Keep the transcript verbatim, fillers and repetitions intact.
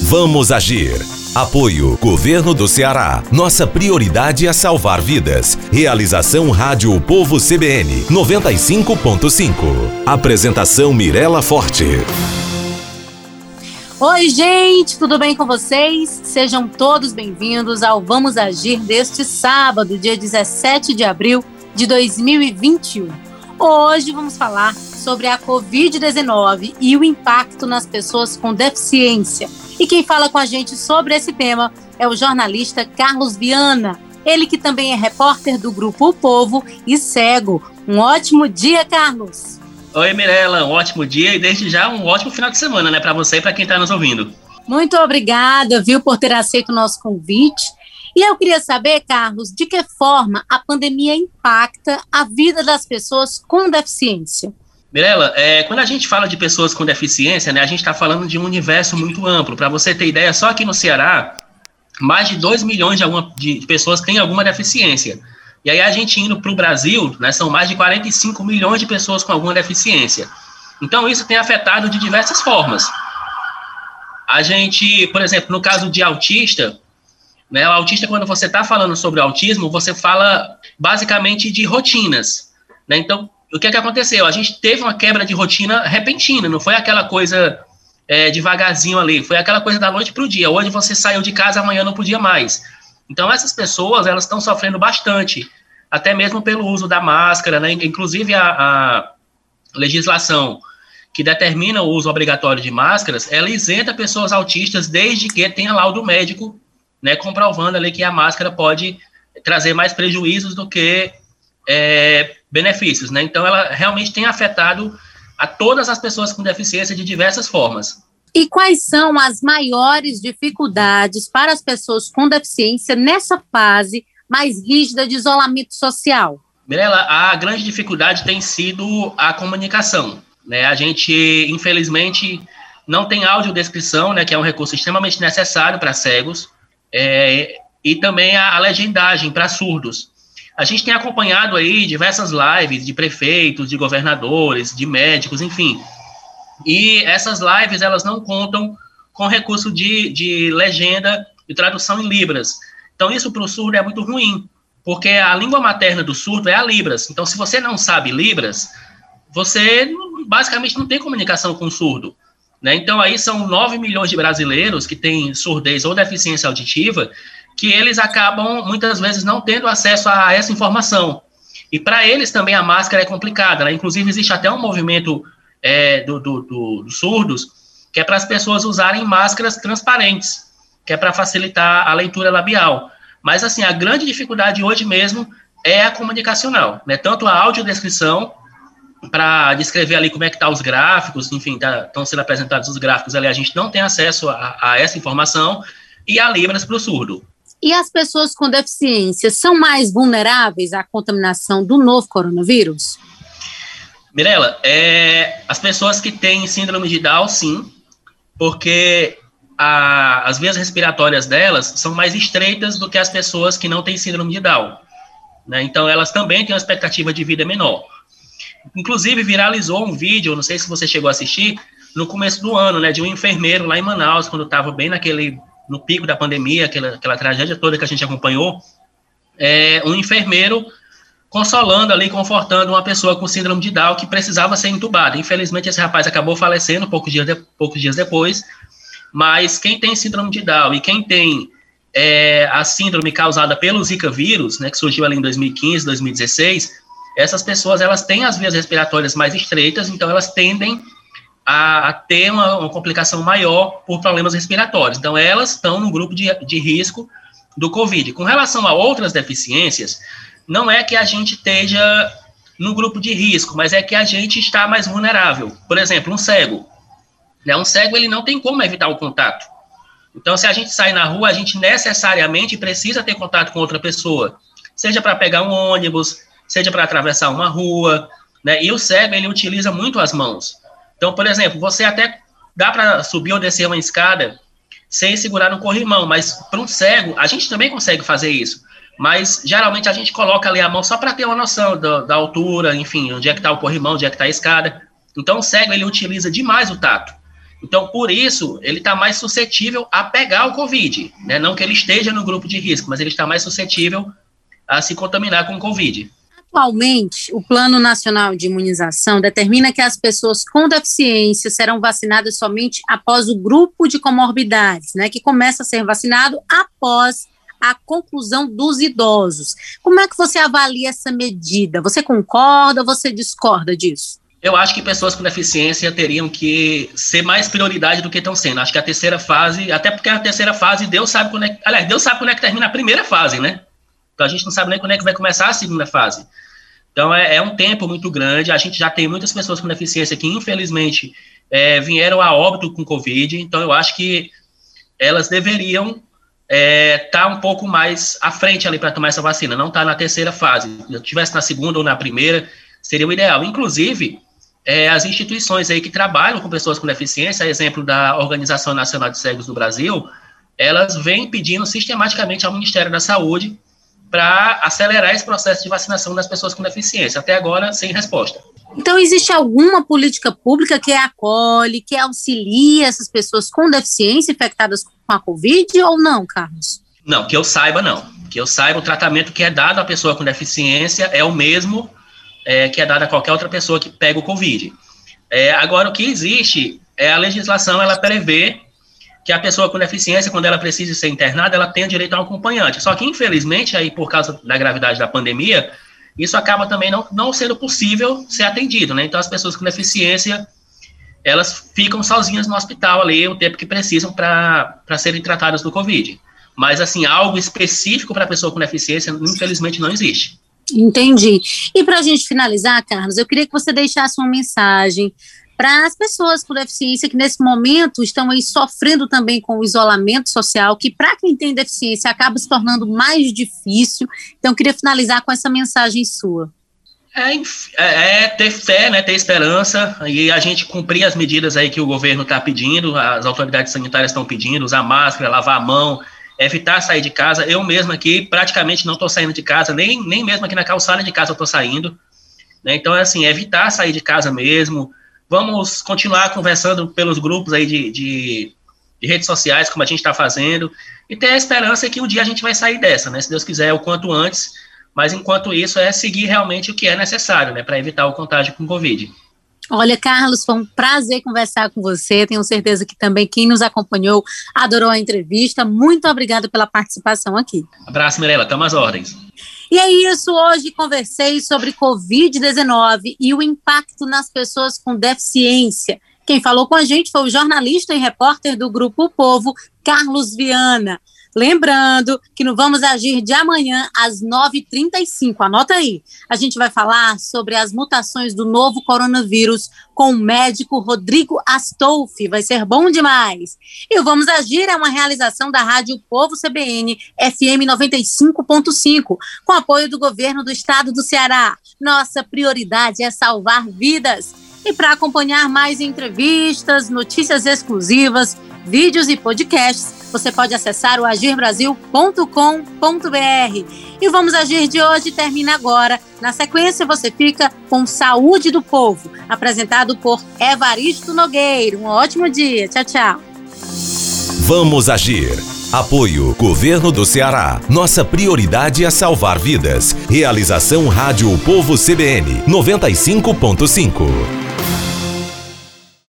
Vamos agir. Apoio Governo do Ceará. Nossa prioridade é salvar vidas. Realização Rádio Povo C B N noventa e cinco ponto cinco. Apresentação Mirela Forte. Oi, gente, tudo bem com vocês? Sejam todos bem-vindos ao Vamos Agir deste sábado, dia dezessete de abril de dois mil e vinte e um. Hoje vamos falar sobre a covid dezenove e o impacto nas pessoas com deficiência. E quem fala com a gente sobre esse tema é o jornalista Carlos Viana, ele que também é repórter do Grupo O Povo e cego. Um ótimo dia, Carlos! Oi, Mirela, um ótimo dia e desde já um ótimo final de semana, né, para você e para quem está nos ouvindo. Muito obrigada, viu, por ter aceito o nosso convite. E eu queria saber, Carlos, de que forma a pandemia impacta a vida das pessoas com deficiência? Mirela, é, quando a gente fala de pessoas com deficiência, né, a gente está falando de um universo muito amplo. Para você ter ideia, só aqui no Ceará, mais de dois milhões de, alguma, de pessoas têm alguma deficiência. E aí a gente indo para o Brasil, né, são mais de quarenta e cinco milhões de pessoas com alguma deficiência. Então isso tem afetado de diversas formas. A gente, por exemplo, no caso de autista, né, o autista, quando você está falando sobre o autismo, você fala basicamente de rotinas, né? Então, o que é que aconteceu? A gente teve uma quebra de rotina repentina, não foi aquela coisa é, devagarzinho ali, foi aquela coisa da noite para o dia. Hoje você saiu de casa, amanhã não podia mais. Então, essas pessoas, elas estão sofrendo bastante, até mesmo pelo uso da máscara, né? Inclusive a, a legislação que determina o uso obrigatório de máscaras, ela isenta pessoas autistas desde que tenha laudo médico, né, comprovando ali que a máscara pode trazer mais prejuízos do que é, benefícios, né? Então, ela realmente tem afetado a todas as pessoas com deficiência de diversas formas. E quais são as maiores dificuldades para as pessoas com deficiência nessa fase mais rígida de isolamento social? Mirela, a grande dificuldade tem sido a comunicação, né? A gente, infelizmente, não tem audiodescrição, né, que é um recurso extremamente necessário para cegos, é, e também a, a legendagem para surdos. A gente tem acompanhado aí diversas lives de prefeitos, de governadores, de médicos, enfim. E essas lives, elas não contam com recurso de, de legenda e tradução em libras. Então, isso para o surdo é muito ruim, porque a língua materna do surdo é a libras. Então, se você não sabe libras, você basicamente não tem comunicação com o surdo, né? Então, aí são nove milhões de brasileiros que têm surdez ou deficiência auditiva, que eles acabam, muitas vezes, não tendo acesso a essa informação. E para eles também a máscara é complicada, né? Inclusive, existe até um movimento É, do, do, do, dos surdos, que é para as pessoas usarem máscaras transparentes, que é para facilitar a leitura labial. Mas, assim, a grande dificuldade hoje mesmo é a comunicacional, né? Tanto a audiodescrição, para descrever ali como é que estão tá os gráficos, enfim, estão tá, sendo apresentados os gráficos ali, a gente não tem acesso a, a essa informação, e a libras para o surdo. E as pessoas com deficiência são mais vulneráveis à contaminação do novo coronavírus? Mirela, é, as pessoas que têm síndrome de Down, sim, porque a, as vias respiratórias delas são mais estreitas do que as pessoas que não têm síndrome de Down, né? Então, elas também têm uma expectativa de vida menor. Inclusive, viralizou um vídeo, não sei se você chegou a assistir, no começo do ano, né, de um enfermeiro lá em Manaus, quando estava bem naquele, no pico da pandemia, aquela, aquela tragédia toda que a gente acompanhou, é, um enfermeiro consolando ali, confortando uma pessoa com síndrome de Down que precisava ser entubada. Infelizmente, esse rapaz acabou falecendo poucos dias, de, poucos dias depois, mas quem tem síndrome de Down e quem tem é, a síndrome causada pelo Zika vírus, né, que surgiu ali em dois mil e quinze, dois mil e dezesseis, essas pessoas, elas têm as vias respiratórias mais estreitas, então elas tendem a, a ter uma, uma complicação maior por problemas respiratórios. Então, elas estão no grupo de, de risco do Covid. Com relação a outras deficiências, não é que a gente esteja no grupo de risco, mas é que a gente está mais vulnerável. Por exemplo, um cego. Né? Um cego, ele não tem como evitar o contato. Então, se a gente sai na rua, a gente necessariamente precisa ter contato com outra pessoa. Seja para pegar um ônibus, seja para atravessar uma rua, né? E o cego, ele utiliza muito as mãos. Então, por exemplo, você até dá para subir ou descer uma escada sem segurar no corrimão, mas para um cego, a gente também consegue fazer isso. Mas, geralmente, a gente coloca ali a mão só para ter uma noção da, da altura, enfim, onde é que está o corrimão, onde é que está a escada. Então, o cego, ele utiliza demais o tato. Então, por isso, ele está mais suscetível a pegar o Covid, né? Não que ele esteja no grupo de risco, mas ele está mais suscetível a se contaminar com o Covid. Atualmente, o Plano Nacional de Imunização determina que as pessoas com deficiência serão vacinadas somente após o grupo de comorbidades, né, que começa a ser vacinado após a conclusão dos idosos. Como é que você avalia essa medida? Você concorda ou você discorda disso? Eu acho que pessoas com deficiência teriam que ser mais prioridade do que estão sendo. Acho que a terceira fase, até porque a terceira fase, Deus sabe quando é, aliás, Deus sabe quando é que termina a primeira fase, né? Então a gente não sabe nem quando é que vai começar a segunda fase. Então é, é um tempo muito grande, a gente já tem muitas pessoas com deficiência que infelizmente é, vieram a óbito com Covid, então eu acho que elas deveriam estar é, tá um pouco mais à frente ali para tomar essa vacina, não estar tá na terceira fase. Se eu estivesse na segunda ou na primeira, seria o ideal. Inclusive, é, as instituições aí que trabalham com pessoas com deficiência, exemplo da Organização Nacional de Cegos do Brasil, elas vêm pedindo sistematicamente ao Ministério da Saúde para acelerar esse processo de vacinação das pessoas com deficiência. Até agora, sem resposta. Então, existe alguma política pública que acolhe, que auxilia essas pessoas com deficiência infectadas com a Covid ou não, Carlos? Não, que eu saiba, não. Que eu saiba, o tratamento que é dado à pessoa com deficiência é o mesmo é, que é dado a qualquer outra pessoa que pega o Covid. É, agora, o que existe é a legislação, ela prevê que a pessoa com deficiência, quando ela precisa ser internada, ela tem direito a um acompanhante. Só que, infelizmente, aí, por causa da gravidade da pandemia, isso acaba também não, não sendo possível ser atendido, né? Então, as pessoas com deficiência, elas ficam sozinhas no hospital ali o tempo que precisam para serem tratadas do Covid. Mas, assim, algo específico para a pessoa com deficiência, infelizmente, não existe. Entendi. E para a gente finalizar, Carlos, eu queria que você deixasse uma mensagem para as pessoas com deficiência que nesse momento estão aí sofrendo também com o isolamento social, que para quem tem deficiência acaba se tornando mais difícil. Então, eu queria finalizar com essa mensagem sua. É, é, é ter fé, né, ter esperança e a gente cumprir as medidas aí que o governo está pedindo, as autoridades sanitárias estão pedindo, usar máscara, lavar a mão, evitar sair de casa. Eu mesmo aqui praticamente não estou saindo de casa, nem, nem mesmo aqui na calçada de casa eu estou saindo. Né? Então, é assim, evitar sair de casa mesmo. Vamos continuar conversando pelos grupos aí de, de, de redes sociais, como a gente está fazendo, e ter a esperança que um dia a gente vai sair dessa, né? Se Deus quiser, o quanto antes, mas enquanto isso é seguir realmente o que é necessário, né? Para evitar o contágio com Covid. Olha, Carlos, foi um prazer conversar com você, tenho certeza que também quem nos acompanhou adorou a entrevista. Muito obrigada pela participação aqui. Abraço, Mirela, estamos às ordens. E é isso, hoje conversei sobre covid dezenove e o impacto nas pessoas com deficiência. Quem falou com a gente foi o jornalista e repórter do Grupo O Povo, Carlos Viana. Lembrando que no Vamos Agir de amanhã, às nove e trinta e cinco, anota aí, a gente vai falar sobre as mutações do novo coronavírus com o médico Rodrigo Astolfi, vai ser bom demais. E o Vamos Agir é uma realização da Rádio Povo C B N, F M noventa e cinco ponto cinco, com apoio do governo do estado do Ceará. Nossa prioridade é salvar vidas. E para acompanhar mais entrevistas, notícias exclusivas, vídeos e podcasts, você pode acessar o agir brasil ponto com ponto b r. E o Vamos Agir de hoje termina agora. Na sequência, você fica com Saúde do Povo, apresentado por Evaristo Nogueira. Um ótimo dia. Tchau, tchau. Vamos Agir. Apoio Governo do Ceará. Nossa prioridade é salvar vidas. Realização Rádio Povo C B N noventa e cinco ponto cinco.